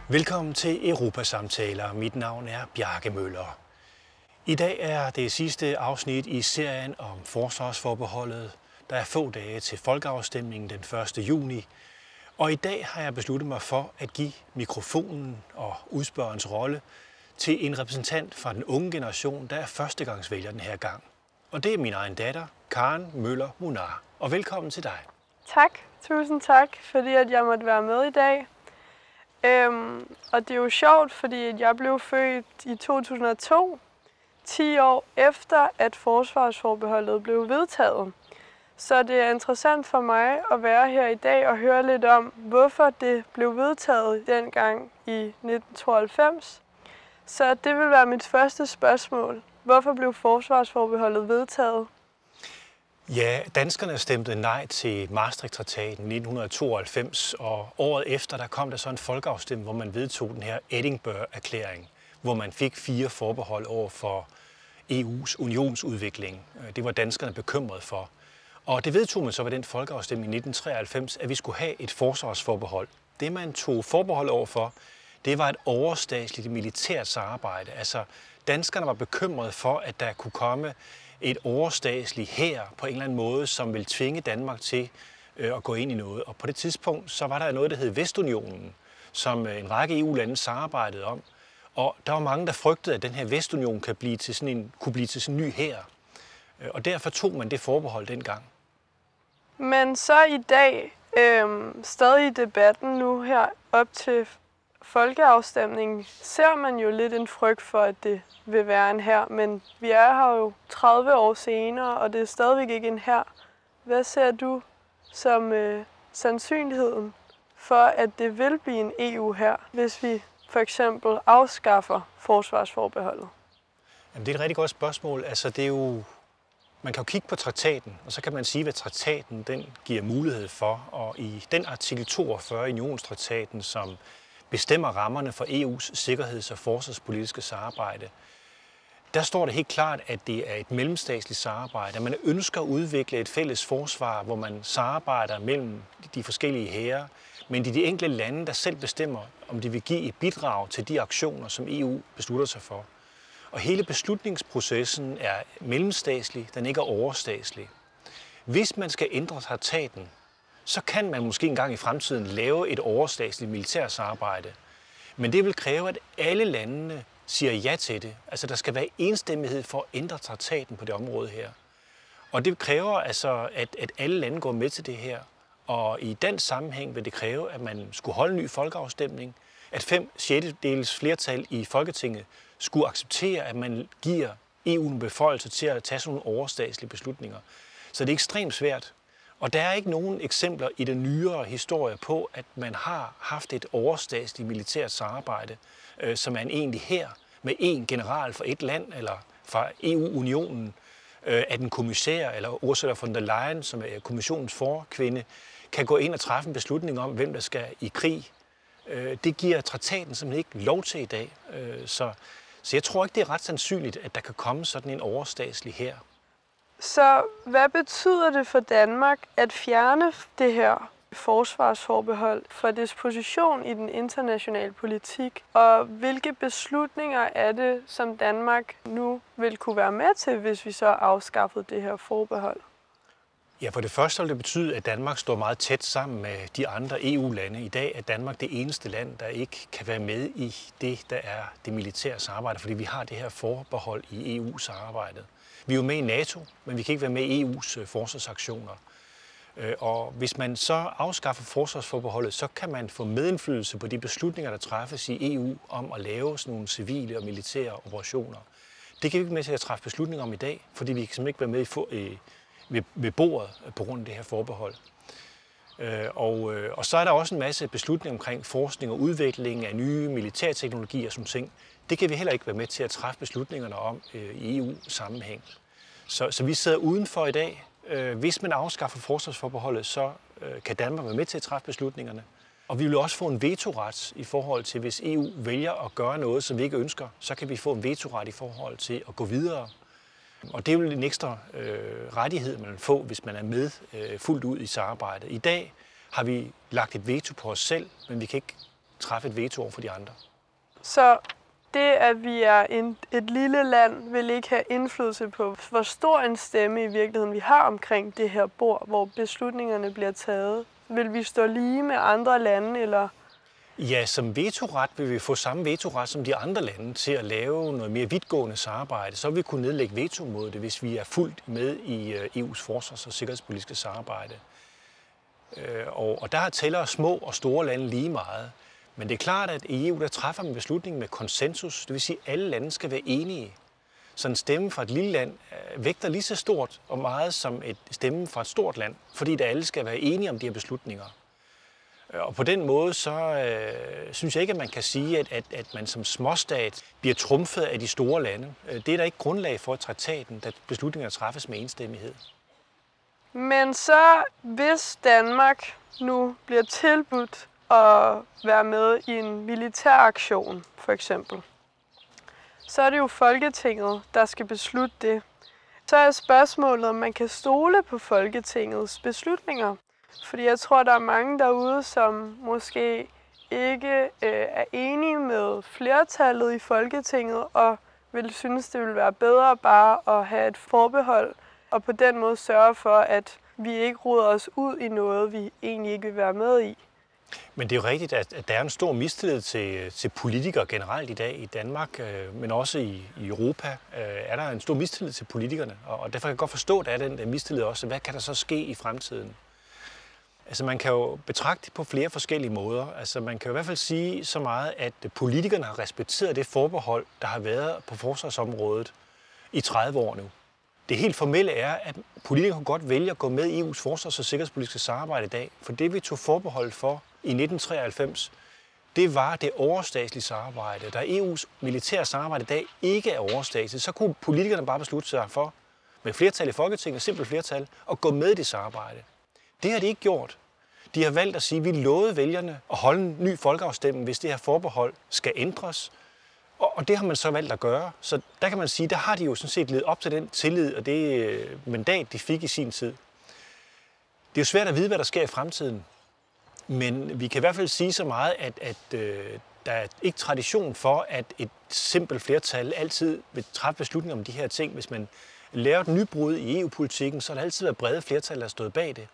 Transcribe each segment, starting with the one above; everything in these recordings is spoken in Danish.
Velkommen til Europasamtaler. Mit navn er Bjarke Møller. I dag er det sidste afsnit i serien om forsvarsforbeholdet. Der er få dage til folkeafstemningen den 1. juni. Og i dag har jeg besluttet mig for at give mikrofonen og udspørgerens rolle til en repræsentant fra den unge generation, der er førstegangsvælger den her gang. Og det er min egen datter, Karen Møller Munar. Og velkommen til dig. Tak, tusind tak, fordi at jeg måtte være med i dag. Og det er jo sjovt, fordi jeg blev født i 2002, 10 år efter at forsvarsforbeholdet blev vedtaget. Så det er interessant for mig at være her i dag og høre lidt om, hvorfor det blev vedtaget dengang i 1992. Så det vil være mit første spørgsmål. Hvorfor blev forsvarsforbeholdet vedtaget? Ja, danskerne stemte nej til Maastricht-traktaten i 1992, og året efter der kom der så en folkeafstemning, hvor man vedtog den her Edinburgh-erklæring, hvor man fik 4 forbehold over for EU's unionsudvikling. Det var danskerne bekymret for. Og det vedtog man så ved den folkeafstemning i 1993, at vi skulle have et forsvarsforbehold. Det man tog forbehold over for, det var et overstatsligt militært samarbejde. Altså danskerne var bekymrede for, at der kunne komme et overstatsligt hær på en eller anden måde, som ville tvinge Danmark til at gå ind i noget. Og på det tidspunkt, så var der noget, der hed Vestunionen, som en række EU-lande samarbejdede om. Og der var mange, der frygtede, at den her Vestunion kunne blive til sådan en ny hær. Og derfor tog man det forbehold dengang. Men så i dag, stadig i debatten nu her op til folkeafstemningen, ser man jo lidt en frygt for, at det vil være en hær. Men vi er her jo 30 år senere, og det er stadigvæk ikke en hær. Hvad ser du som sandsynligheden for, at det vil blive en EU-hær, hvis vi for eksempel afskaffer forsvarsforbeholdet? Jamen, det er et rigtig godt spørgsmål. Altså, det er jo man kan jo kigge på traktaten, og så kan man sige, hvad traktaten den giver mulighed for. Og i den artikel 42 i unionstraktaten, som bestemmer rammerne for EU's sikkerheds- og forsvarspolitiske samarbejde, der står det helt klart, at det er et mellemstatsligt samarbejde, at man ønsker at udvikle et fælles forsvar, hvor man samarbejder mellem de forskellige hære, men det er de enkelte lande, der selv bestemmer, om de vil give et bidrag til de aktioner, som EU beslutter sig for. Og hele beslutningsprocessen er mellemstatslig, den ikke er overstatslig. Hvis man skal ændre traktaten, så kan man måske engang i fremtiden lave et overstatsligt militærsamarbejde. Men det vil kræve, at alle landene siger ja til det. Altså der skal være enstemmighed for at ændre traktaten på det område her. Og det kræver altså, at alle lande går med til det her. Og i den sammenhæng vil det kræve, at man skulle holde en ny folkeafstemning, at 5/6 flertal i Folketinget skulle acceptere, at man giver EU en beføjelse til at tage sådan nogle overstatslige beslutninger. Så det er ekstremt svært. Og der er ikke nogen eksempler i den nyere historie på, at man har haft et overstatsligt militært samarbejde, som er en egentlig hær med én general for et land, eller fra EU-unionen, at en kommissær, eller Ursula von der Leyen, som er kommissionens forkvinde, kan gå ind og træffe en beslutning om, hvem der skal i krig. Det giver traktaten simpelthen ikke lov til i dag. Så jeg tror ikke, det er ret sandsynligt, at der kan komme sådan en overstatslig hær. Så hvad betyder det for Danmark at fjerne det her forsvarsforbehold fra dets position i den internationale politik? Og hvilke beslutninger er det, som Danmark nu vil kunne være med til, hvis vi så afskaffede det her forbehold? Ja, for det første vil det betyde, at Danmark står meget tæt sammen med de andre EU-lande. I dag er Danmark det eneste land, der ikke kan være med i det, der er det militære samarbejde, fordi vi har det her forbehold i EU-samarbejdet. Vi er jo med i NATO, men vi kan ikke være med i EU's forsvarsaktioner. Og hvis man så afskaffer forsvarsforbeholdet, så kan man få medindflydelse på de beslutninger, der træffes i EU om at lave sådan nogle civile og militære operationer. Det kan vi ikke med til at træffe beslutninger om i dag, fordi vi kan simpelthen ikke være med ved bordet på grund af det her forbehold. Og så er der også en masse beslutninger omkring forskning og udvikling af nye militærteknologier og sådan ting. Det kan vi heller ikke være med til at træffe beslutningerne om i EU-sammenhæng. Så vi sidder udenfor i dag. Hvis man afskaffer forsvarsforbeholdet, så kan Danmark være med til at træffe beslutningerne. Og vi vil også få en vetoret i forhold til, hvis EU vælger at gøre noget, som vi ikke ønsker, så kan vi få en vetoret i forhold til at gå videre. Og det er jo en ekstra rettighed, man vil få, hvis man er med fuldt ud i samarbejdet. I dag har vi lagt et veto på os selv, men vi kan ikke træffe et veto over for de andre. Så det, at vi er et lille land, vil ikke have indflydelse på, hvor stor en stemme i virkeligheden vi har omkring det her bord, hvor beslutningerne bliver taget. Vil vi stå lige med andre lande, eller? Ja, som vetoret vil vi få samme vetoret som de andre lande til at lave noget mere vidtgående samarbejde. Så vil vi kunne nedlægge veto mod det, hvis vi er fuldt med i EU's forsvars- og sikkerhedspolitiske samarbejde. Og der tæller små og store lande lige meget. Men det er klart, at i EU der træffer man beslutningen med konsensus. Det vil sige, at alle lande skal være enige. Så en stemme fra et lille land vægter lige så stort og meget som et stemme fra et stort land, fordi der alle skal være enige om de her beslutninger. Og på den måde, så synes jeg ikke, at man kan sige, at man som småstat bliver trumfet af de store lande. Det er der ikke grundlag for i traktaten, at beslutninger træffes med enstemmighed. Men så, hvis Danmark nu bliver tilbudt at være med i en militæraktion, for eksempel, så er det jo Folketinget, der skal beslutte det. Så er spørgsmålet, om man kan stole på Folketingets beslutninger. Fordi jeg tror, der er mange derude, som måske ikke er enige med flertallet i Folketinget, og vil synes, det ville være bedre bare at have et forbehold, og på den måde sørge for, at vi ikke roder os ud i noget, vi egentlig ikke vil være med i. Men det er jo rigtigt, at der er en stor mistillid til politikere generelt i dag i Danmark, men også i Europa er der en stor mistillid til politikerne. Og derfor kan jeg godt forstå, at der er den der mistillid også. Hvad kan der så ske i fremtiden? Altså man kan jo betragte det på flere forskellige måder. Altså man kan jo i hvert fald sige så meget, at politikerne har respekteret det forbehold, der har været på forsvarsområdet i 30 år nu. Det helt formelle er, at politikerne godt vælge at gå med i EU's forsvars- og sikkerhedspolitiske samarbejde i dag. For det vi tog forbehold for i 1993, det var det overstatslige samarbejde. Da EU's militære samarbejde i dag ikke er overstatsligt, så kunne politikerne bare beslutte sig for, med flertal i Folketinget, simpelt flertal, at gå med i det samarbejde. Det har de ikke gjort. De har valgt at sige, at vi lovede vælgerne at holde en ny folkeafstemning, hvis det her forbehold skal ændres. Og det har man så valgt at gøre. Så der kan man sige, der har de jo sådan set levet op til den tillid og det mandat, de fik i sin tid. Det er jo svært at vide, hvad der sker i fremtiden. Men vi kan i hvert fald sige så meget, at der er ikke tradition for, at et simpelt flertal altid vil træffe beslutninger om de her ting. Hvis man laver et nybrud i EU-politikken, så har der altid været brede flertal, der har stået bag det.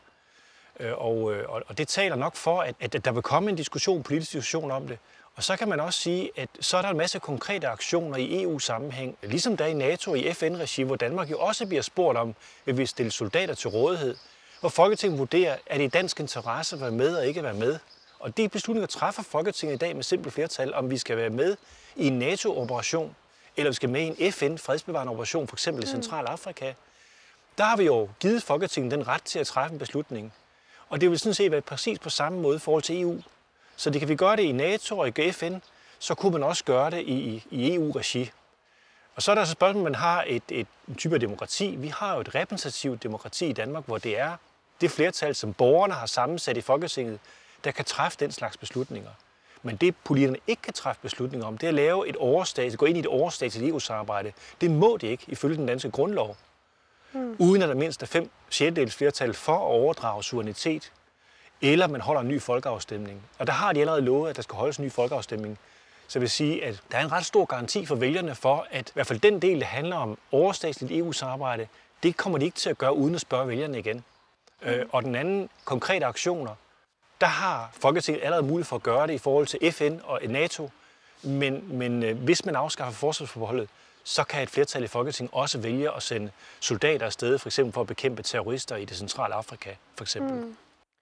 Og det taler nok for, at der vil komme en diskussion, politisk diskussion om det. Og så kan man også sige, at så er der en masse konkrete aktioner i EU-sammenhæng, ligesom der i NATO og i FN-regi, hvor Danmark jo også bliver spurgt om, vil vi stille soldater til rådighed, hvor Folketinget vurderer, at det er i dansk interesse at være med og ikke at være med. Og de beslutninger træffer Folketinget i dag med simpelt flertal, om vi skal være med i en NATO-operation, eller vi skal med i en FN-fredsbevarende operation, f.eks. i Centralafrika. Der har vi jo givet Folketinget den ret til at træffe en beslutning. Og det vil sådan set være præcis på samme måde i forhold til EU. Så det kan vi gøre det i NATO og i FN, så kunne man også gøre det i EU-regi. Og så er der så spørgsmålet, man har en type af demokrati. Vi har jo et repræsentativt demokrati i Danmark, hvor det er det flertal, som borgerne har sammensat i Folketinget, der kan træffe den slags beslutninger. Men det politikerne ikke kan træffe beslutninger om, det er at lave et overstatsligt, gå ind i et overstatsligt EU-samarbejde. Det må de ikke ifølge den danske grundlov. Uden at der mindst er 5/6 flertal for at overdrage suverænitet, eller man holder en ny folkeafstemning. Og der har de allerede lovet, at der skal holdes en ny folkeafstemning. Så jeg vil sige, at der er en ret stor garanti for vælgerne for, at i hvert fald den del, der handler om overstatsligt EU-samarbejde, det kommer de ikke til at gøre uden at spørge vælgerne igen. Og den anden konkrete aktioner, der har Folketinget allerede mulighed for at gøre det i forhold til FN og NATO. Men hvis man afskaffer forsvarsforbeholdet, så kan et flertal i Folketinget også vælge at sende soldater afsted, for eksempel for at bekæmpe terrorister i det centrale Afrika, for eksempel.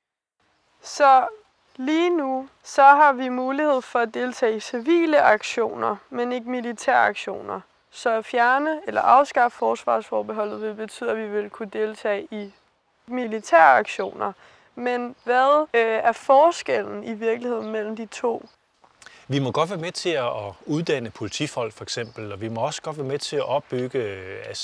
Så lige nu, så har vi mulighed for at deltage i civile aktioner, men ikke militære aktioner. Så at fjerne eller afskaffe forsvarsforbeholdet vil betyde, at vi vil kunne deltage i militære aktioner. Men hvad er forskellen i virkeligheden mellem de to? Vi må godt være med til at uddanne politifolk for eksempel, og vi må også godt være med til at opbygge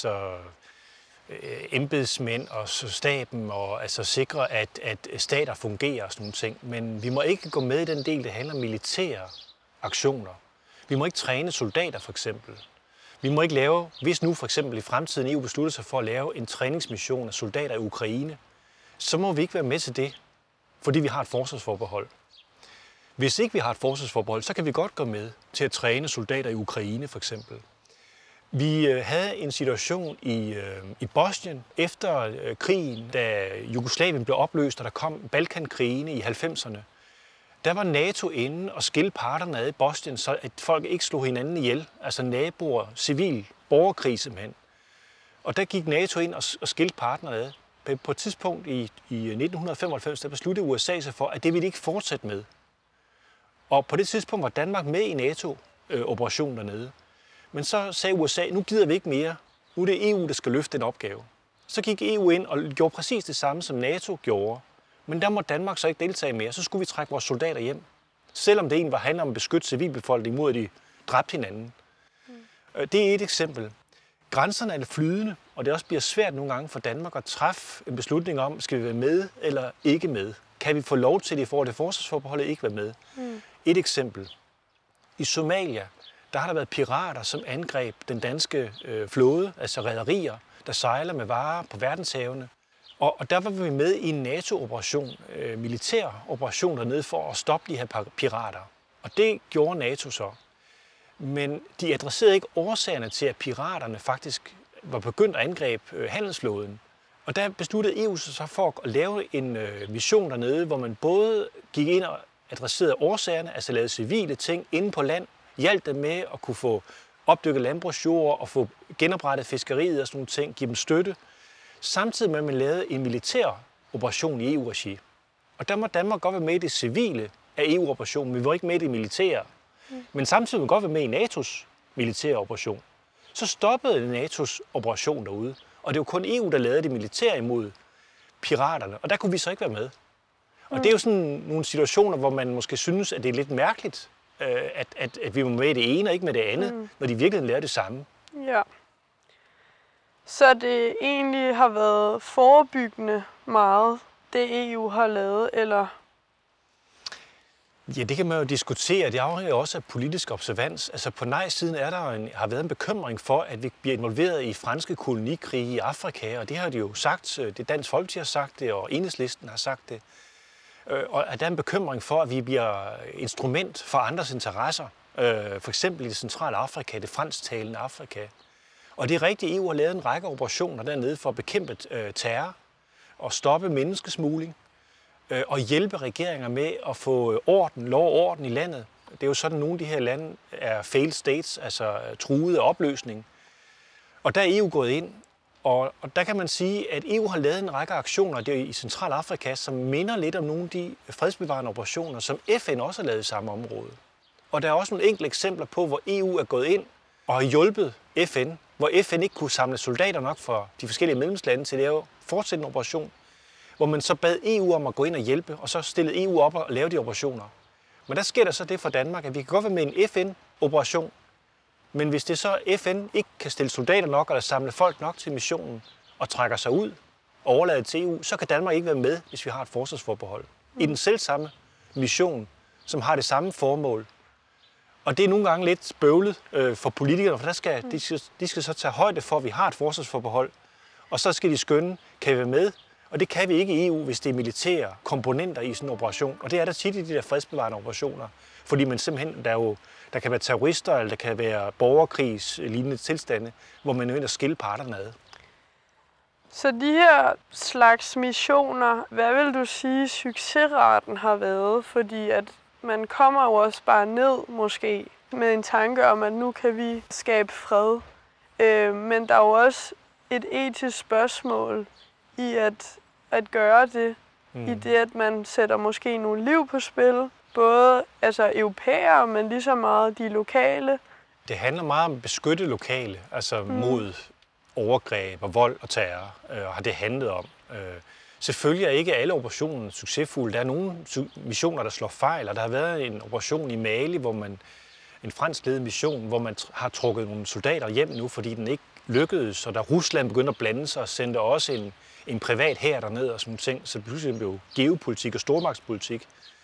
embedsmænd og staben og sikre, at stater fungerer og sådan nogle ting. Men vi må ikke gå med i den del, der handler om militære aktioner. Vi må ikke træne soldater for eksempel. Vi må ikke lave, hvis nu for eksempel i fremtiden EU beslutter sig for at lave en træningsmission af soldater i Ukraine, så må vi ikke være med til det, fordi vi har et forsvarsforbehold. Hvis ikke vi har et forsvarsforbehold, så kan vi godt gå med til at træne soldater i Ukraine for eksempel. Vi havde en situation i Bosnien efter krigen, da Jugoslavien blev opløst, og der kom Balkankrigene i 90'erne. Der var NATO inde og skilte parterne ad i Bosnien, så at folk ikke slog hinanden ihjel. Altså naboer, civil, borgerkrig simpelthen. Og der gik NATO ind og skilte parterne ad. På et tidspunkt i 1995, der besluttede USA sig for, at det ville de ikke fortsætte med. Og på det tidspunkt var Danmark med i NATO-operationen dernede. Men så sagde USA, nu gider vi ikke mere. Nu er det EU, der skal løfte den opgave. Så gik EU ind og gjorde præcis det samme, som NATO gjorde. Men der må Danmark så ikke deltage mere. Så skulle vi trække vores soldater hjem. Selvom det egentlig handler om at beskytte civilbefolkningen mod, at de dræbte hinanden. Det er et eksempel. Grænserne er flydende, og det også bliver svært nogle gange for Danmark at træffe en beslutning om, skal vi være med eller ikke med. Kan vi få lov til det i forhold til forsvarsforbeholdet ikke være med? Et eksempel. I Somalia, der har der været pirater, som angreb den danske flåde, altså rederier, der sejler med varer på verdenshavene. Og der var vi med i en NATO-operation, militær operation dernede for at stoppe de her pirater. Og det gjorde NATO så. Men de adresserede ikke årsagerne til, at piraterne faktisk var begyndt at angribe handelsflåden. Og der besluttede EU sig så for at lave en mission dernede, hvor man både gik ind og adresserede årsagerne, altså lavede civile ting inde på land, hjalp dem med at kunne få opdykket landbrugsjord og få genoprettet fiskeriet og sådan nogle ting, give dem støtte, samtidig med at man lavede en militær operation i EU-regi. Og der må Danmark godt være med i det civile af EU-operationen, men vi var ikke med i det militære. Men samtidig må vi godt være med i NATO's militære operation. Så stoppede NATO's operation derude, og det var kun EU, der lavede det militære imod piraterne, og der kunne vi så ikke være med. Og det er jo sådan nogle situationer, hvor man måske synes, at det er lidt mærkeligt, at vi var med i det ene og ikke med det andet, når de virkelig lærer det samme. Ja. Så det egentlig har været forebyggende meget, det EU har lavet, eller? Ja, det kan man jo diskutere. Det afhænger også af politisk observans. Altså på nej-siden har været en bekymring for, at vi bliver involveret i franske kolonikrige i Afrika, og det har de jo sagt. Det Dansk Folkeparti har sagt det, og Enhedslisten har sagt det. Og at der er en bekymring for, at vi bliver instrument for andres interesser. For eksempel i det centrale Afrika, det fransktalende Afrika. Og det er rigtigt, EU har lavet en række operationer dernede for at bekæmpe terror og stoppe menneskesmugling og hjælpe regeringer med at få lov og orden i landet. Det er jo sådan, at nogle af de her lande er failed states, altså truede af opløsning. Og der er EU gået ind, og der kan man sige, at EU har lavet en række aktioner der i Centralafrika, som minder lidt om nogle af de fredsbevarende operationer, som FN også har lavet i samme område. Og der er også nogle enkelte eksempler på, hvor EU er gået ind og har hjulpet FN, hvor FN ikke kunne samle soldater nok fra de forskellige medlemslande til at lave fortsættende operation, hvor man så bad EU om at gå ind og hjælpe, og så stillede EU op og lave de operationer. Men der sker der så det for Danmark, at vi kan godt være med en FN-operation, men hvis det så FN ikke kan stille soldater nok, eller samle folk nok til missionen, og trækker sig ud og overlader til EU, så kan Danmark ikke være med, hvis vi har et forsvarsforbehold. I den selvsamme mission, som har det samme formål. Og det er nogle gange lidt bøvlet for politikerne, for de skal så tage højde for, at vi har et forsvarsforbehold, og så skal de skønne, kan vi være med? Og det kan vi ikke i EU, hvis det er militære komponenter i sådan en operation. Og det er der tit i de der fredsbevarende operationer. Fordi man simpelthen, der kan være terrorister, eller der kan være borgerkrigslignende tilstande, hvor man nødvendigt skille parterne ad. Så de her slags missioner, hvad vil du sige, succesraten har været? Fordi at man kommer jo også bare ned, måske, med en tanke om, at nu kan vi skabe fred. Men der er jo også et etisk spørgsmål i at gøre det. I det, at man sætter måske nogle liv på spil. Både europæere, men lige så meget de lokale. Det handler meget om at beskytte lokale, altså mod overgreb og vold og terror, har det handlet om. Selvfølgelig er ikke alle operationer succesfulde. Der er nogle missioner, der slår fejl, og der har været en operation i Mali, en fransk ledet mission, hvor man har trukket nogle soldater hjem nu, fordi den ikke lykkedes, og da Rusland begyndte at blande sig og sendte også en privat hær derned og sådan ting, så pludselig blev geopolitik og stormagtspolitik.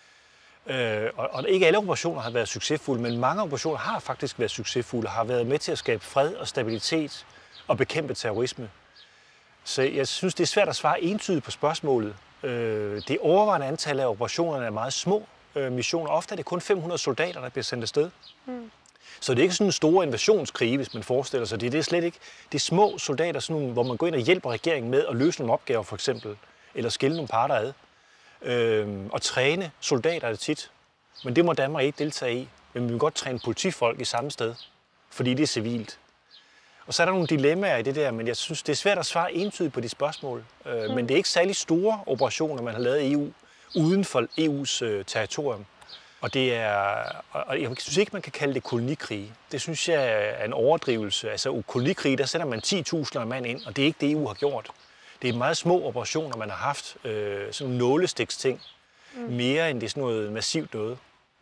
Og ikke alle operationer har været succesfulde, men mange operationer har faktisk været succesfulde og har været med til at skabe fred og stabilitet og bekæmpe terrorisme. Så jeg synes, det er svært at svare entydigt på spørgsmålet. Det overvejende antal af operationerne er meget små missioner. Ofte er det kun 500 soldater, der bliver sendt afsted. Så det er ikke sådan en stor invasionskrige, hvis man forestiller sig det. Det er slet ikke. Det er små soldater, sådan nogle, hvor man går ind og hjælper regeringen med at løse nogle opgaver, for eksempel. Eller skille nogle parter ad. Og træne soldater er det tit. Men det må Danmark ikke deltage i. Men vi vil godt træne politifolk i samme sted, fordi det er civilt. Og så er der nogle dilemmaer i det der, men jeg synes, det er svært at svare entydigt på de spørgsmål. Men det er ikke særlig store operationer, man har lavet i EU, uden for EU's territorium. Og jeg synes ikke, man kan kalde det kolonikrige. Det synes jeg er en overdrivelse. Altså kolonikrige, der sender man 10.000 mand ind, og det er ikke det, EU har gjort. Det er meget små operationer, man har haft. Sådan nogle nålestiksting. Mere end det er sådan noget massivt noget.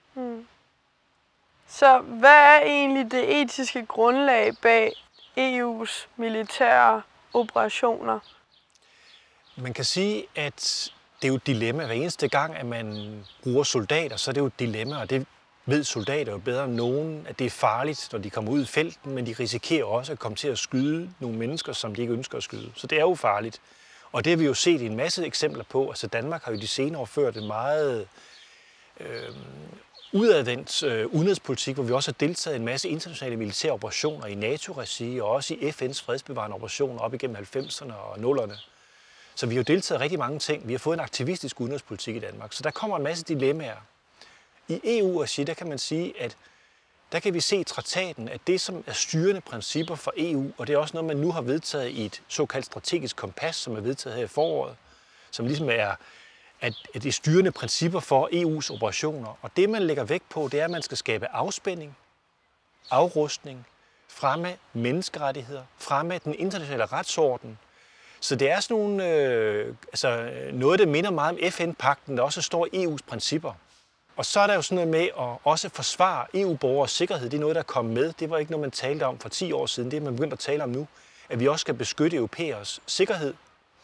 Så hvad er egentlig det etiske grundlag bag EU's militære operationer? Man kan sige, at det er jo et dilemma. Hver eneste gang, at man bruger soldater, så er det jo et dilemma, og det ved soldater jo bedre end nogen, at det er farligt, når de kommer ud i felten, men de risikerer også at komme til at skyde nogle mennesker, som de ikke ønsker at skyde. Så det er jo farligt. Og det har vi jo set i en masse eksempler på. Altså Danmark har jo de senere år ført en meget udadvendt udenrigspolitik, hvor vi også har deltaget i en masse internationale militære operationer i NATO-regi og også i FN's fredsbevarende operationer op igennem 90'erne og 0'erne. Så vi har jo deltaget i rigtig mange ting. Vi har fået en aktivistisk udenrigspolitik i Danmark. Så der kommer en masse dilemmaer. I EU-regi, der kan man sige, at der kan vi se i traktaten, at det, som er styrende principper for EU, og det er også noget, man nu har vedtaget i et såkaldt strategisk kompas, som er vedtaget her i foråret, som ligesom er at det er styrende principper for EU's operationer. Og det, man lægger vægt på, det er, at man skal skabe afspænding, afrustning, fremme menneskerettigheder, fremme den internationale retsorden. Så det er sådan nogle, noget, der minder meget om FN-pagten, der også står i EU's principper. Og så er der jo sådan noget med at også forsvare EU-borgers sikkerhed. Det er noget, der er kommet med. Det var ikke noget, man talte om for 10 år siden. Det er man begyndt at tale om nu. At vi også skal beskytte europæers sikkerhed.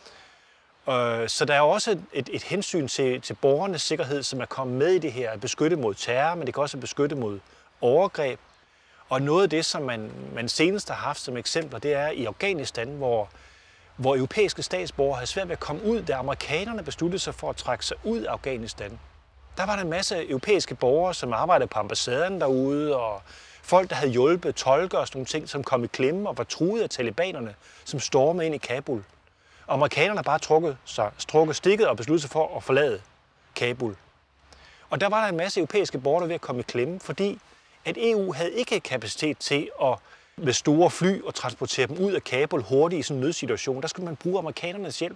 Så der er også et hensyn til borgernes sikkerhed, som er kommet med i det her. At beskytte mod terror, men det kan også beskytte mod overgreb. Og noget af det, som man senest har haft som eksempler, det er i Afghanistan, hvor europæiske statsborgere har svært ved at komme ud, da amerikanerne besluttede sig for at trække sig ud af Afghanistan. Der var der en masse europæiske borgere, som arbejdede på ambassaden derude, og folk, der havde hjulpet, tolker og sådan nogle ting, som kom i klemme og var truet af talibanerne, som stormede ind i Kabul. Og amerikanerne har bare trukket stikket og besluttet sig for at forlade Kabul. Og der var der en masse europæiske borgere, der var ved at komme i klemme, fordi at EU havde ikke kapacitet til at med store fly og transportere dem ud af Kabul hurtigt i sådan en nødsituation. Der skulle man bruge amerikanernes hjælp.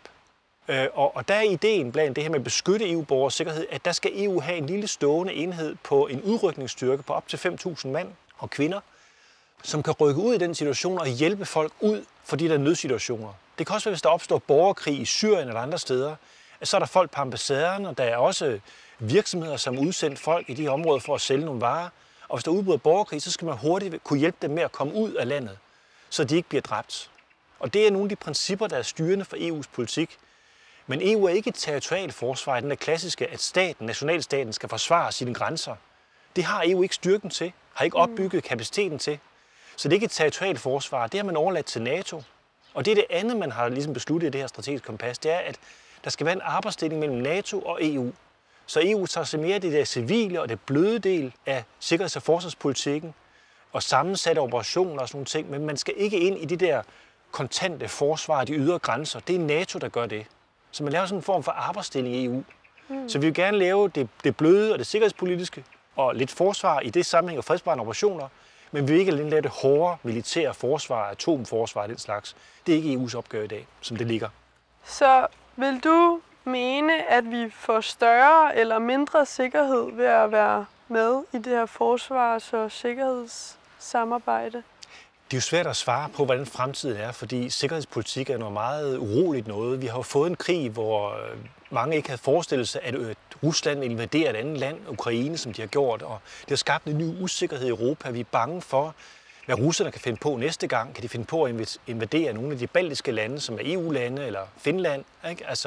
Og der er ideen blandt det her med at beskytte EU-borgers sikkerhed, at der skal EU have en lille stående enhed på en udrykningsstyrke på op til 5.000 mand og kvinder, som kan rykke ud i den situation og hjælpe folk ud for de der nødsituationer. Det kan også være, hvis der opstår borgerkrig i Syrien eller andre steder, så er der folk på ambassaderne, og der er også virksomheder, som udsendt folk i de områder for at sælge nogle varer. Og hvis der udbryder borgerkrig, så skal man hurtigt kunne hjælpe dem med at komme ud af landet, så de ikke bliver dræbt. Og det er nogle af de principper, der er styrende for EU's politik. Men EU er ikke et territorialt forsvar, den der klassiske, at nationalstaten skal forsvare sine grænser. Det har EU ikke styrken til, har ikke opbygget kapaciteten til. Så det er ikke et territorialt forsvar, det har man overladt til NATO. Og det er det andet, man har ligesom besluttet i det her strategiske kompas, det er, at der skal være en arbejdsdeling mellem NATO og EU. Så EU tager sig mere af det der civile og det bløde del af sikkerheds- og forsvarspolitikken og sammensatte operationer og sådan nogle ting, men man skal ikke ind i det der kontante forsvar af de ydre grænser. Det er NATO, der gør det. Så man laver sådan en form for arbejdsdeling i EU. Så vi vil gerne lave det bløde og det sikkerhedspolitiske og lidt forsvar i det sammenhæng og fredsbevarende operationer, men vi vil ikke lave det hårde militære forsvar, atomforsvar og den slags. Det er ikke EU's opgave i dag, som det ligger. Så vil du mene, at vi får større eller mindre sikkerhed ved at være med i det her forsvars- og sikkerhedssamarbejde? Det er jo svært at svare på, hvordan fremtiden er, fordi sikkerhedspolitik er noget meget uroligt noget. Vi har jo fået en krig, hvor mange ikke havde forestillet sig, at Rusland invaderer et andet land, Ukraine, som de har gjort. Og det har skabt en ny usikkerhed i Europa. Vi er bange for, hvad russerne kan finde på næste gang. Kan de finde på at invadere nogle af de baltiske lande, som er EU-lande eller Finland? Ikke? Altså,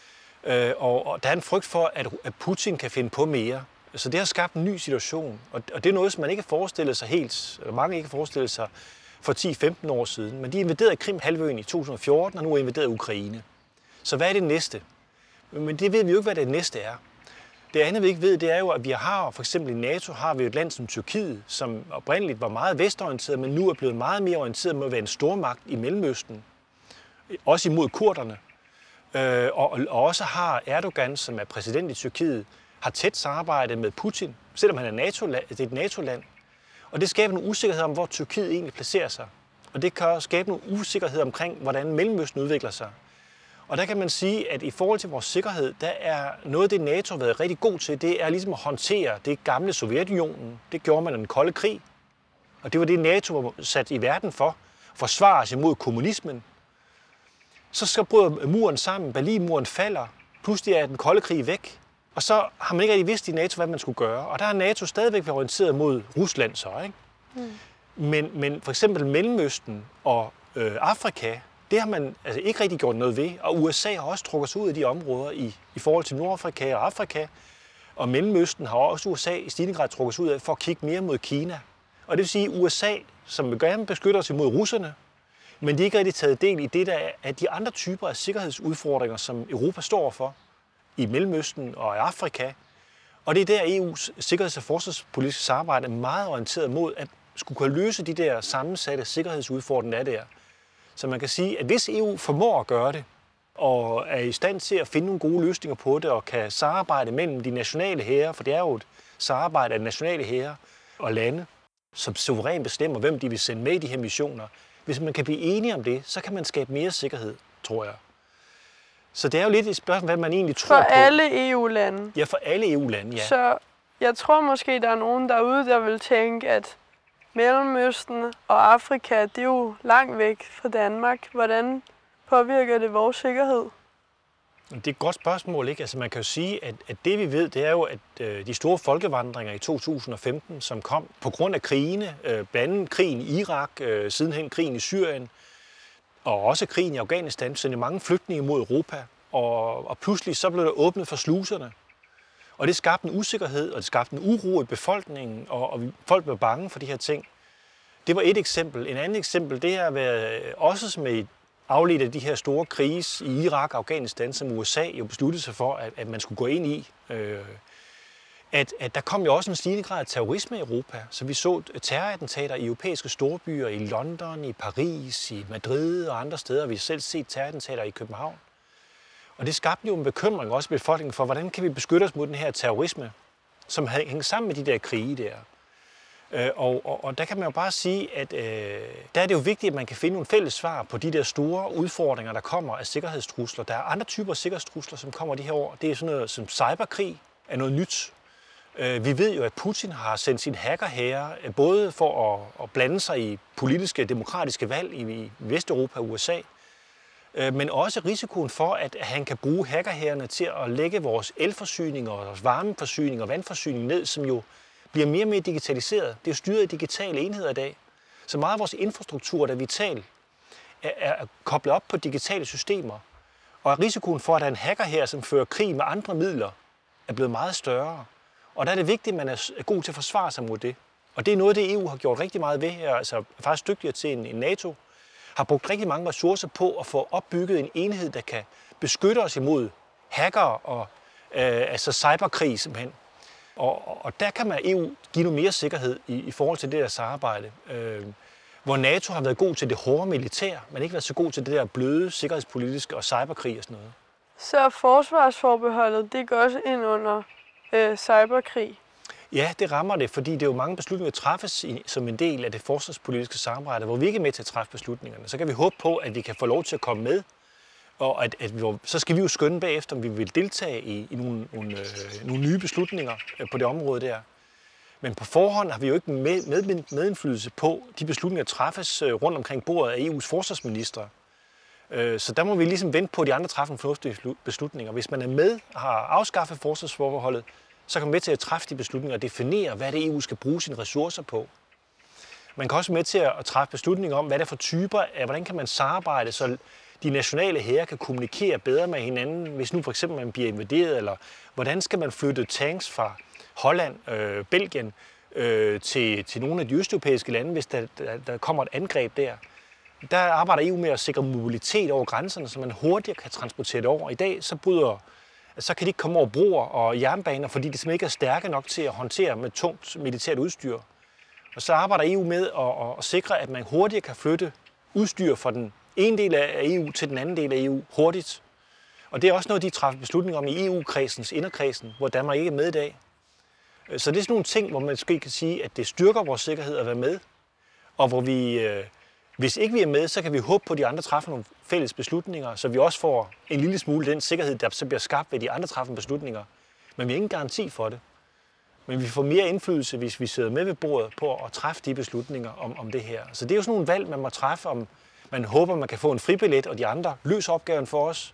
og der er en frygt for, at Putin kan finde på mere. Så det har skabt en ny situation. Og det er noget, som man ikke har forestillet sig helt, eller mange ikke har forestillet sig for 10-15 år siden. Men de invaderede Krim-halvøen i 2014, og nu er invaderet Ukraine. Så hvad er det næste? Men det ved vi jo ikke, hvad det næste er. Det andet, vi ikke ved, det er jo, at vi har, for eksempel i NATO, har vi et land som Tyrkiet, som oprindeligt var meget vestorienteret, men nu er blevet meget mere orienteret med at være en stormagt i Mellemøsten. Også imod kurderne. Og også har Erdogan, som er præsident i Tyrkiet, har tæt samarbejde med Putin, selvom han er det er et NATO-land. Og det skaber nogle usikkerhed om, hvor Tyrkiet egentlig placerer sig. Og det kan også skabe nogle usikkerhed omkring, hvordan Mellemøsten udvikler sig. Og der kan man sige, at i forhold til vores sikkerhed, der er noget af det, NATO har været rigtig god til, det er ligesom at håndtere det gamle Sovjetunionen. Det gjorde man i den kolde krig. Og det var det, NATO var sat i verden for, at forsvare sig imod kommunismen. Så bryder muren sammen, Berlinmuren falder, pludselig er den kolde krig væk. Og så har man ikke rigtig vidst i NATO, hvad man skulle gøre. Og der har NATO stadigvæk været orienteret mod Rusland så, ikke? Men for eksempel Mellemøsten og Afrika, det har man altså ikke rigtig gjort noget ved. Og USA har også trukket sig ud af de områder i forhold til Nordafrika og Afrika. Og Mellemøsten har også USA i stigende grad trukket sig ud af for at kigge mere mod Kina. Og det vil sige, at USA, som vil gerne beskytte os imod russerne, men de er ikke rigtig taget del i det, der er de andre typer af sikkerhedsudfordringer, som Europa står for i Mellemøsten og i Afrika. Og det er der EU's sikkerheds- og forsvarspolitiske samarbejde er meget orienteret mod at skulle kunne løse de der sammensatte sikkerhedsudfordringer der. Så man kan sige, at hvis EU formår at gøre det, og er i stand til at finde nogle gode løsninger på det, og kan samarbejde mellem de nationale hære, for det er jo et samarbejde af nationale hære og lande, som suverænt bestemmer, hvem de vil sende med i de her missioner. Hvis man kan blive enige om det, så kan man skabe mere sikkerhed, tror jeg. Så det er jo lidt et spørgsmål, hvad man egentlig tror på. For alle EU-lande? Ja, for alle EU-lande, ja. Så jeg tror måske, der er nogen derude, der vil tænke, at Mellemøsten og Afrika, det er jo langt væk fra Danmark. Hvordan påvirker det vores sikkerhed? Det er et godt spørgsmål, ikke? Altså man kan jo sige, at det vi ved, det er jo, at de store folkevandringer i 2015, som kom på grund af krigene, blandt andet krigen i Irak, sidenhen krigen i Syrien, og også krigen i Afghanistan, sendte mange flygtninge mod Europa, og pludselig så blev der åbnet for sluserne. Og det skabte en usikkerhed, og det skabte en uro i befolkningen, og folk blev bange for de her ting. Det var et eksempel. En andet eksempel, det har været også som et afledt af de her store krige i Irak og Afghanistan, som USA jo besluttede sig for, at man skulle gå ind i. At der kom jo også en stigende grad af terrorisme i Europa. Så vi så terrorattentater i europæiske storbyer, i London, i Paris, i Madrid og andre steder. Vi har selv set terrorattentater i København. Og det skabte jo en bekymring også i befolkningen for, hvordan kan vi beskytte os mod den her terrorisme, som hænger sammen med de der krige der. Og der kan man jo bare sige, at der er det jo vigtigt, at man kan finde nogle fælles svar på de der store udfordringer, der kommer af sikkerhedstrusler. Der er andre typer af sikkerhedstrusler, som kommer de her år. Det er sådan noget som cyberkrig, er noget nyt. Vi ved jo, at Putin har sendt sin hackerhære både for at blande sig i politiske, demokratiske valg i Vesteuropa og USA, men også risikoen for, at han kan bruge hackerhærene til at lægge vores elforsyning og vores varmeforsyning og vandforsyning ned, som jo bliver mere og mere digitaliseret. Det er jo styret af digitale enheder i dag. Så meget af vores infrastruktur, der er vital, er koblet op på digitale systemer. Og risikoen for, at der er en hacker her, som fører krig med andre midler, er blevet meget større. Og der er det vigtigt, at man er god til at forsvare sig mod det. Og det er noget, det EU har gjort rigtig meget ved her, altså faktisk dygtigere til en NATO, har brugt rigtig mange ressourcer på at få opbygget en enhed, der kan beskytte os imod hacker og altså cyberkrig simpelthen. Og der kan man EU give noget mere sikkerhed i forhold til det der samarbejde. Hvor NATO har været god til det hårde militær, men ikke været så god til det der bløde sikkerhedspolitiske og cyberkrig og sådan noget. Så forsvarsforbeholdet, det går også ind under cyberkrig? Ja, det rammer det, fordi det er jo mange beslutninger, der træffes som en del af det forsvarspolitiske samarbejde, hvor vi ikke er med til at træffe beslutningerne. Så kan vi håbe på, at vi kan få lov til at komme med, og så skal vi jo skønne bagefter, om vi vil deltage i nogle nye beslutninger på det område der. Men på forhånd har vi jo ikke medindflydelse på de beslutninger, der træffes rundt omkring bordet af EU's forsvarsministre. Så der må vi ligesom vente på, at de andre træffer fornuftige beslutninger. Hvis man er med og har afskaffet forsvarsforbeholdet, så kan man med til at træffe de beslutninger og definere, hvad det EU skal bruge sine ressourcer på. Man kan også med til at træffe beslutninger om, hvad det er for typer af, hvordan kan man samarbejde, så de nationale hære kan kommunikere bedre med hinanden, hvis nu for eksempel man bliver invaderet, eller hvordan skal man flytte tanks fra Holland, Belgien til nogle af de østeuropæiske lande, hvis der kommer et angreb der. Der arbejder EU med at sikre mobilitet over grænserne, så man hurtigere kan transportere det over. I dag så så kan de ikke komme over broer og jernbaner, fordi de simpelthen ikke er stærke nok til at håndtere med tungt militært udstyr. Og så arbejder EU med at sikre, at man hurtigt kan flytte udstyr fra den ene del af EU til den anden del af EU hurtigt. Og det er også noget, de træffer beslutninger om i EU-kredsens inderkredsen, hvor Danmark ikke er med i dag. Så det er sådan nogle ting, hvor man måske kan sige, at det styrker vores sikkerhed at være med, og hvor vi, hvis ikke vi er med, så kan vi håbe på, at de andre træffer nogle fælles beslutninger, så vi også får en lille smule den sikkerhed, der så bliver skabt ved de andre træffer beslutninger. Men vi har ingen garanti for det. Men vi får mere indflydelse, hvis vi sidder med ved bordet på at træffe de beslutninger om det her. Så det er jo sådan nogle valg, man må træffe, om man håber, man kan få en fribillet, og de andre løser opgaven for os.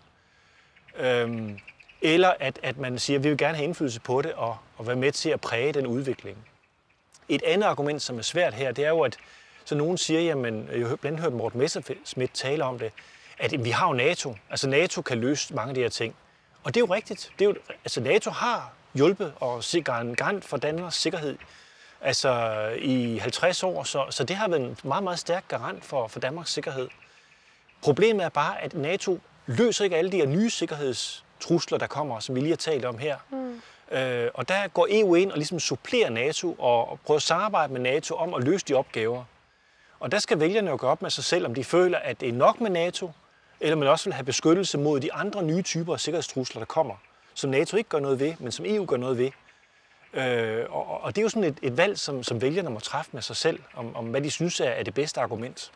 Eller at man siger, at vi vil gerne have indflydelse på det og være med til at præge den udvikling. Et andet argument, som er svært her, det er jo, at så nogen siger, jamen, jeg har blandt andet hørt Morten Messerschmidt tale om det, at vi har jo NATO. Altså NATO kan løse mange af de her ting. Og det er jo rigtigt. Det er jo, altså NATO har hjulpet og sikret en garant for Danmarks sikkerhed altså i 50 år, så det har været en meget, meget stærk garant for Danmarks sikkerhed. Problemet er bare, at NATO løser ikke alle de her nye sikkerhedstrusler, der kommer, som vi lige har talt om her. Og der går EU ind og ligesom supplerer NATO og prøver at samarbejde med NATO om at løse de opgaver. Og der skal vælgerne jo gøre op med sig selv, om de føler, at det er nok med NATO, eller man også vil have beskyttelse mod de andre nye typer af sikkerhedstrusler, der kommer, som NATO ikke gør noget ved, men som EU gør noget ved. Og det er jo sådan et valg, som vælgerne må træffe med sig selv, om hvad de synes er det bedste argument.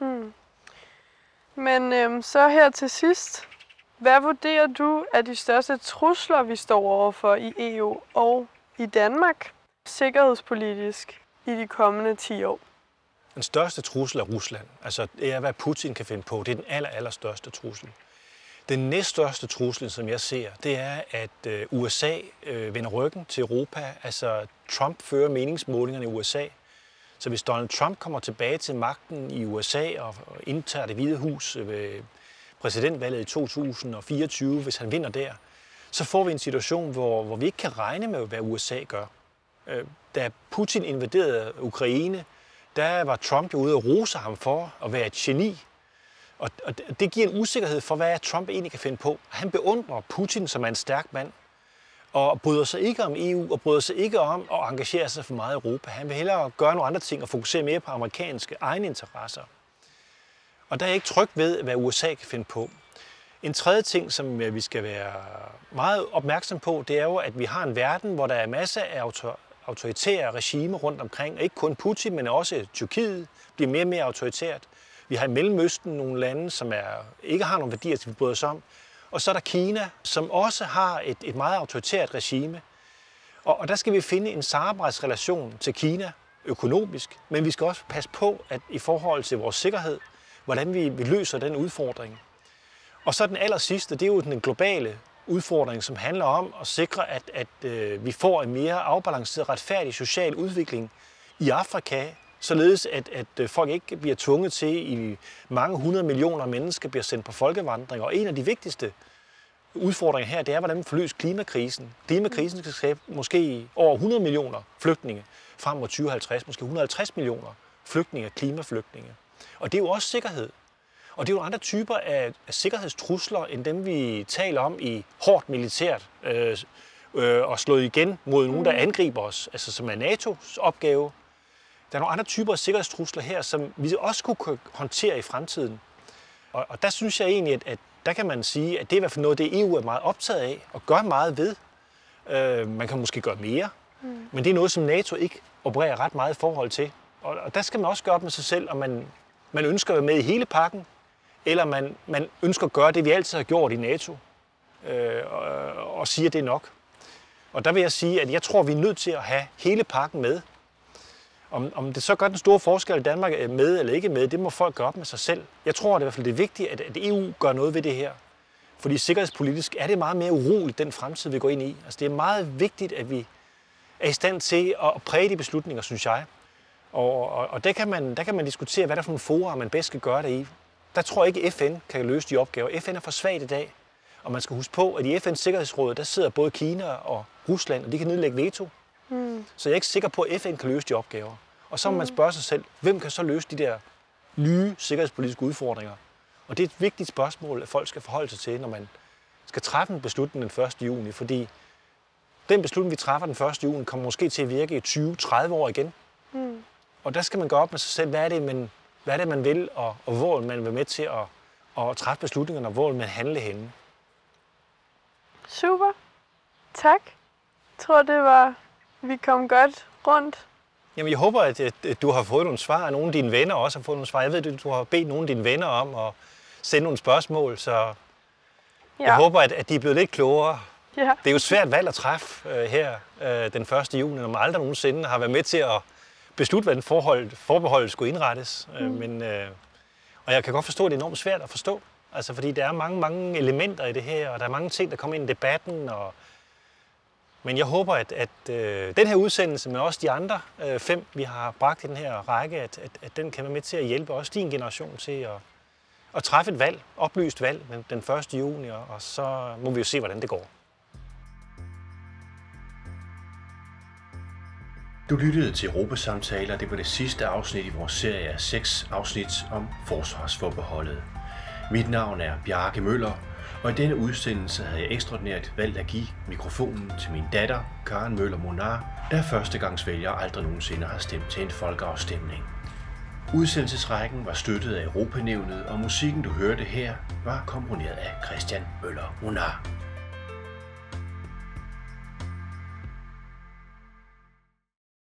Men så her til sidst, hvad vurderer du er de største trusler, vi står overfor i EU og i Danmark sikkerhedspolitisk i de kommende 10 år? Den største trussel er Rusland. Altså, det er, hvad Putin kan finde på. Det er den allerstørste trussel. Den næststørste trussel, som jeg ser, det er, at USA vender ryggen til Europa. Altså, Trump fører meningsmålingerne i USA. Så hvis Donald Trump kommer tilbage til magten i USA og indtager Det Hvide Hus ved præsidentvalget i 2024, hvis han vinder der, så får vi en situation, hvor vi ikke kan regne med, hvad USA gør. Da Putin invaderede Ukraine, der var Trump jo ude og rose ham for at være et geni. Og det giver en usikkerhed for, hvad Trump egentlig kan finde på. Han beundrer Putin, som er en stærk mand, og bryder sig ikke om EU, og bryder sig ikke om at engagere sig for meget i Europa. Han vil hellere gøre nogle andre ting og fokusere mere på amerikanske egne interesser. Og der er jeg ikke tryg ved, hvad USA kan finde på. En tredje ting, som vi skal være meget opmærksom på, det er jo, at vi har en verden, hvor der er masser af autoritære regimer rundt omkring. Ikke kun Putin, men også Tyrkiet bliver mere og mere autoritært. Vi har i Mellemøsten nogle lande, som ikke har nogen værdier, som vi bryder os om. Og så er der Kina, som også har et meget autoritært regime. Og der skal vi finde en samarbejdsrelation til Kina økonomisk, men vi skal også passe på, at i forhold til vores sikkerhed, hvordan vi løser den udfordring. Og så den allersidste, det er jo den globale udfordring, som handler om at sikre, at vi får en mere afbalanceret, retfærdig social udvikling i Afrika, således at folk ikke bliver tvunget til, i mange 100 millioner mennesker bliver sendt på folkevandring. Og en af de vigtigste udfordringer her, det er, hvordan vi får løst klimakrisen. Klimakrisen skal skabe måske over 100 millioner flygtninge frem mod 2050, måske 150 millioner flygtninge, klimaflygtninge. Og det er jo også sikkerhed. Og det er jo andre typer af sikkerhedstrusler, end dem vi taler om i hårdt militært og slået igen mod nogen, der angriber os, altså som er NATO's opgave. Der er nogle andre typer af sikkerhedstrusler her, som vi også skulle kunne håndtere i fremtiden. Og der synes jeg egentlig, at der kan man sige, at det er i hvert fald noget, det EU er meget optaget af og gør meget ved. Man kan måske gøre mere, men det er noget, som NATO ikke opererer ret meget i forhold til. Og der skal man også gøre op med sig selv, om man ønsker at være med i hele pakken, eller man ønsker at gøre det, vi altid har gjort i NATO, og sige, at det er nok. Og der vil jeg sige, at jeg tror, vi er nødt til at have hele pakken med. Om det så gør den store forskel, at Danmark er med eller ikke med, det må folk gøre op med sig selv. Jeg tror, at det er i hvert fald det vigtige, at EU gør noget ved det her. Fordi sikkerhedspolitisk er det meget mere uroligt, den fremtid, vi går ind i. Altså, det er meget vigtigt, at vi er i stand til at præge de beslutninger, synes jeg. Og der kan man diskutere, hvad der er for nogle fora, man bedst skal gøre det i. Der tror jeg ikke, at FN kan løse de opgaver. FN er for svagt i dag. Og man skal huske på, at i FN's Sikkerhedsråd, der sidder både Kina og Rusland, og de kan nedlægge veto. Så jeg er ikke sikker på, at FN kan løse de opgaver. Og så må man spørge sig selv, hvem kan så løse de der nye sikkerhedspolitiske udfordringer? Og det er et vigtigt spørgsmål, at folk skal forholde sig til, når man skal træffe en beslutning den 1. juni, fordi den beslutning, vi træffer den 1. juni, kommer måske til at virke i 20-30 år igen. Og der skal man gå op med sig selv, hvad er det, man vil, og hvor man vil være med til at træffe beslutningerne, og hvor man handle henne. Super. Tak. Jeg tror, vi kom godt rundt. Jamen, jeg håber, at du har fået nogle svar, og nogle af dine venner også har fået nogle svar. Jeg ved, at du har bedt nogle af dine venner om at sende nogle spørgsmål, så jeg håber, at de er blevet lidt klogere. Ja. Det er jo et svært valg at træffe her den 1. juni, når man aldrig nogensinde har været med til at beslutte, hvordan forbeholdet skulle indrettes. Og jeg kan godt forstå, at det er enormt svært at forstå. Altså, fordi der er mange elementer i det her, og der er mange ting, der kommer ind i debatten. Men jeg håber, at den her udsendelse, men også de andre 5, vi har bragt i den her række, at den kan være med til at hjælpe også din generation til at træffe et valg, oplyst valg den 1. juni, og så må vi jo se, hvordan det går. Du lyttede til Europasamtaler. Det var det sidste afsnit i vores serie af 6 afsnit om forsvarsforbeholdet. Mit navn er Bjarke Møller, og i denne udsendelse havde jeg ekstraordinært valgt at give mikrofonen til min datter, Karen Møller Monar, der førstegangsvælger aldrig nogensinde har stemt til en folkeafstemning. Udsendelsesrækken var støttet af Europanævnet, og musikken du hørte her var komponeret af Christian Møller Monar.